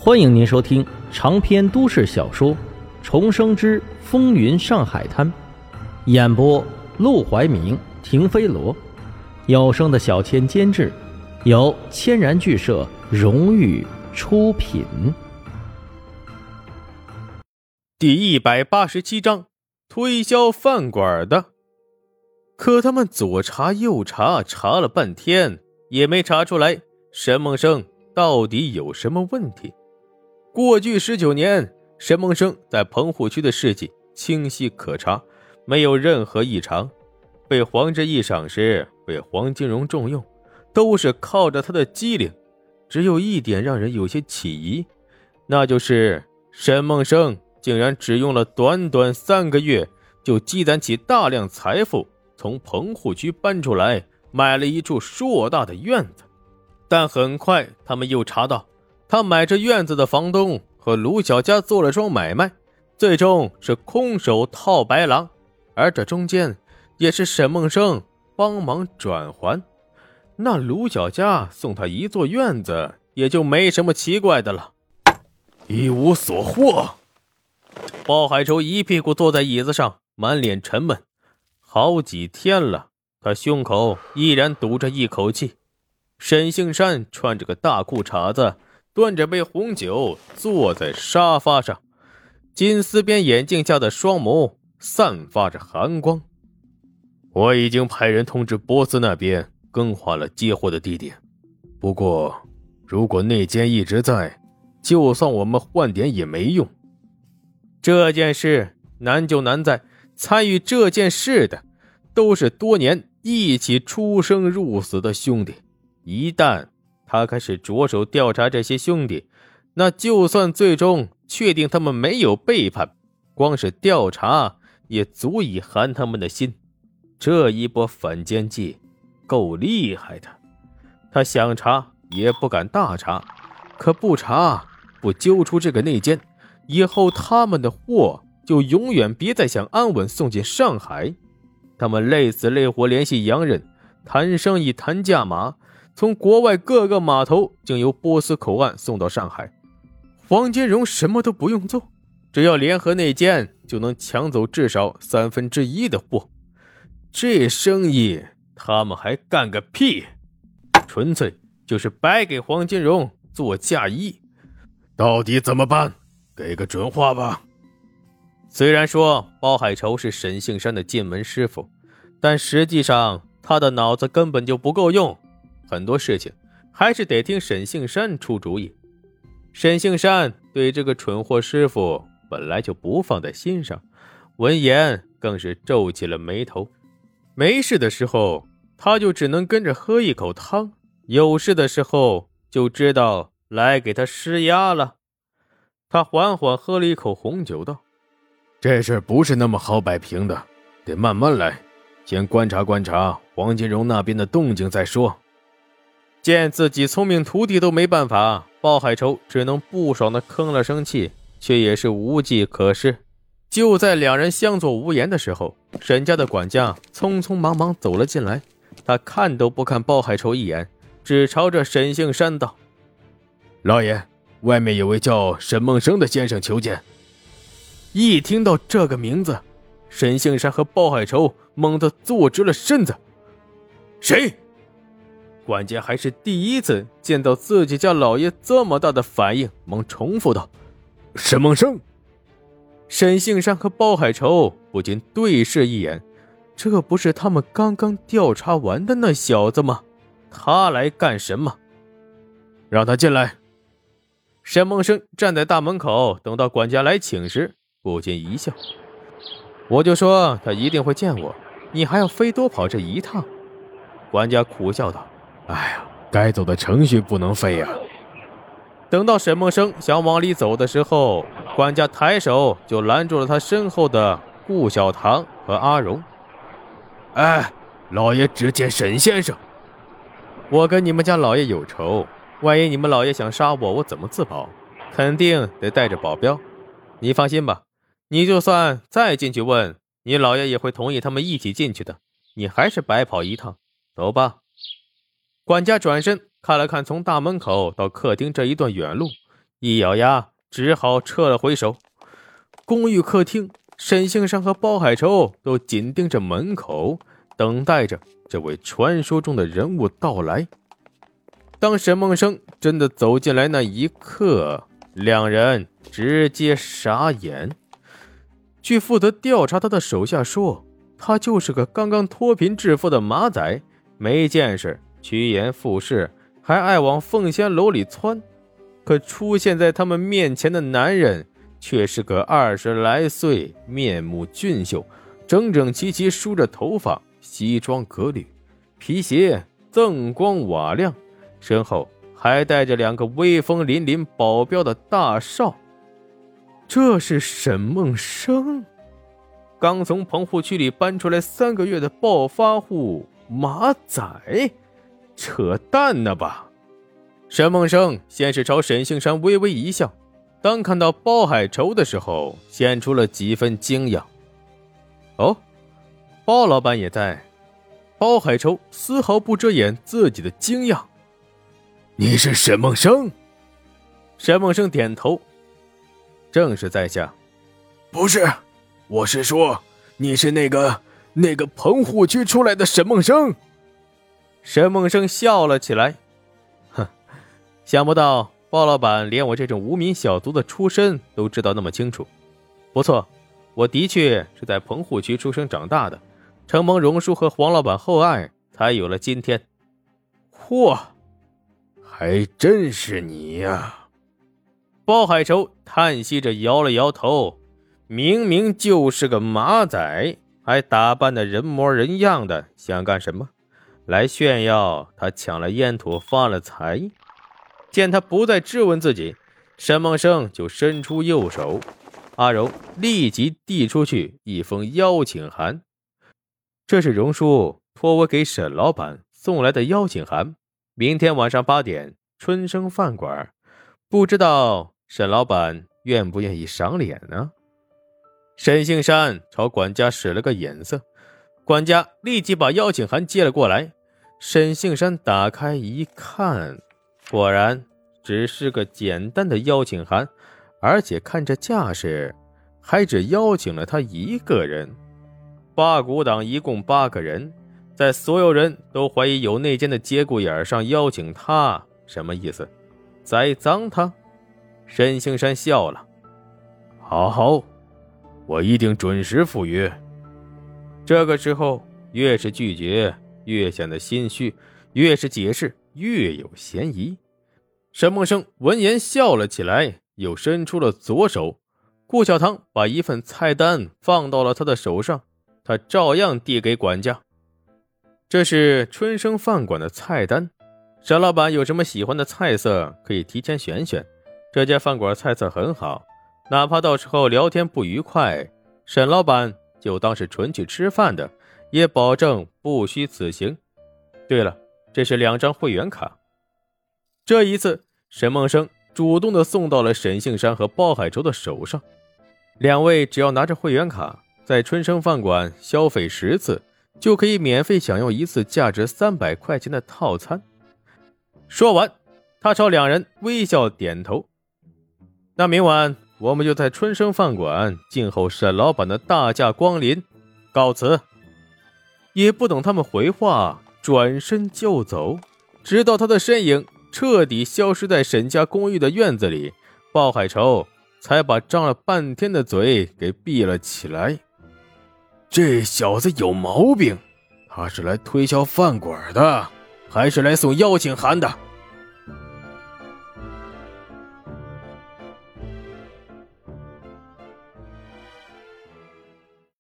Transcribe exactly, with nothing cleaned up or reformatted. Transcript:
欢迎您收听长篇都市小说《重生之风云上海滩》，演播陆怀明、停飞罗，有声的小千监制，由千然剧社荣誉出品。 第一百八十七章，推销饭馆的。可他们左查右查，查了半天也没查出来沈梦生到底有什么问题。过去十九年，沈梦生在棚户区的事迹清晰可查，没有任何异常，被黄志义赏识，被黄金荣重用，都是靠着他的机灵。只有一点让人有些起疑，那就是沈梦生竟然只用了短短三个月，就积攒起大量财富，从棚户区搬出来，买了一处硕大的院子。但很快他们又查到，他买这院子的房东和卢小家做了桩买卖，最终是空手套白狼，而这中间也是沈梦生帮忙转还。那卢小家送他一座院子，也就没什么奇怪的了。一无所获。包海洲一屁股坐在椅子上，满脸沉闷。好几天了，他胸口依然堵着一口气。沈杏山穿着个大裤衩子，端着杯红酒坐在沙发上，金丝边眼镜下的双眸散发着寒光。我已经派人通知波斯那边更换了接货的地点，不过如果那间一直在，就算我们换点也没用。这件事难就难在参与这件事的都是多年一起出生入死的兄弟，一旦他开始着手调查这些兄弟，那就算最终确定他们没有背叛，光是调查也足以寒他们的心。这一波反间计够厉害的，他想查也不敢大查，可不查不揪出这个内奸，以后他们的货就永远别再想安稳送进上海。他们累死累活联系洋人，谈生意谈价码，从国外各个码头经由波斯口岸送到上海。黄金荣什么都不用做，只要联合内奸就能抢走至少三分之一的货。这生意他们还干个屁，纯粹就是白给黄金荣做嫁衣。到底怎么办？给个准话吧。虽然说包海仇是沈杏山的进门师傅，但实际上他的脑子根本就不够用，很多事情还是得听沈杏山出主意。沈杏山对这个蠢货师傅本来就不放在心上，闻言更是皱起了眉头。没事的时候他就只能跟着喝一口汤，有事的时候就知道来给他施压了。他缓缓喝了一口红酒道，这事不是那么好摆平的，得慢慢来，先观察观察黄金荣那边的动静再说。见自己聪明徒弟都没办法，包海仇只能不爽地吭了声气，却也是无计可施。就在两人相坐无言的时候，沈家的管家匆匆忙忙走了进来，他看都不看包海仇一眼，只朝着沈杏山道：老爷，外面有位叫沈梦生的先生求见。一听到这个名字，沈杏山和包海仇猛地坐直了身子。谁？管家还是第一次见到自己家老爷这么大的反应，忙重复道：沈梦生。沈杏山和包海仇不禁对视一眼，这不是他们刚刚调查完的那小子吗？他来干什么？让他进来。沈梦生站在大门口，等到管家来请时，不禁一笑。我就说他一定会见我，你还要非多跑这一趟。管家苦笑道：哎呀，该走的程序不能废呀。等到沈梦生想往里走的时候，管家抬手就拦住了他身后的顾小棠和阿荣。哎，老爷只见沈先生。我跟你们家老爷有仇，万一你们老爷想杀我，我怎么自保？肯定得带着保镖。你放心吧，你就算再进去问，你老爷也会同意他们一起进去的，你还是白跑一趟。走吧。管家转身看了看从大门口到客厅这一段远路， 一咬牙只好撤了回首。公寓客厅，沈杏山和包海洲都紧盯着门口，等待着这位传说中的人物到来。当沈梦生真的走进来那一刻，两人直接傻眼。据负责调查他的手下说，他就是个刚刚脱贫致富的马仔，没见识，趋炎附势，还爱往凤仙楼里窜。可出现在他们面前的男人却是个二十来岁，面目俊秀，整整齐齐梳着头发，西装革履，皮鞋锃光瓦亮，身后还带着两个威风凛凛保镖的大少。这是沈梦生，刚从棚户区里搬出来三个月的暴发户马仔，扯淡呢吧？沈梦生先是朝沈杏山微微一笑，当看到包海洲的时候，显出了几分惊讶。哦，包老板也在。包海洲丝毫不遮掩自己的惊讶。你是沈梦生？沈梦生点头，正是在下。不是，我是说你是那个那个棚户区出来的沈梦生。沈梦生笑了起来，哼，想不到包老板连我这种无名小卒的出身都知道那么清楚。不错，我的确是在棚户区出生长大的，承蒙荣叔和黄老板厚爱，才有了今天。嚯，还真是你呀！包海洲叹息着摇了摇头，明明就是个马仔，还打扮得人模人样的，想干什么？来炫耀他抢了烟土发了财。见他不再质问自己，沈梦生就伸出右手，阿柔立即递出去一封邀请函。这是荣叔托我给沈老板送来的邀请函，明天晚上八点春生饭馆，不知道沈老板愿不愿意赏脸呢？沈杏山朝管家使了个眼色，管家立即把邀请函接了过来。沈杏山打开一看，果然只是个简单的邀请函，而且看这架势还只邀请了他一个人。八股党一共八个人，在所有人都怀疑有内奸的节骨眼上邀请他，什么意思？栽赃他？沈杏山笑了，好好，我一定准时赴约。这个时候越是拒绝越显得心虚，越是解释越有嫌疑。沈梦生闻言笑了起来，又伸出了左手，顾小棠把一份菜单放到了他的手上，他照样递给管家。这是春生饭馆的菜单，沈老板有什么喜欢的菜色可以提前选选，这家饭馆菜色很好，哪怕到时候聊天不愉快，沈老板就当是纯去吃饭的，也保证不虚此行。对了，这是两张会员卡。这一次沈梦生主动地送到了沈杏山和包海洲的手上，两位只要拿着会员卡，在春生饭馆消费十次，就可以免费享用一次价值三百块钱的套餐。说完，他朝两人微笑点头。那明晚我们就在春生饭馆静候沈老板的大驾光临，告辞。也不等他们回话，转身就走，直到他的身影彻底消失在沈家公寓的院子里，鲍海洲才把张了半天的嘴给闭了起来。这小子有毛病，他是来推销饭馆的，还是来送邀请函的？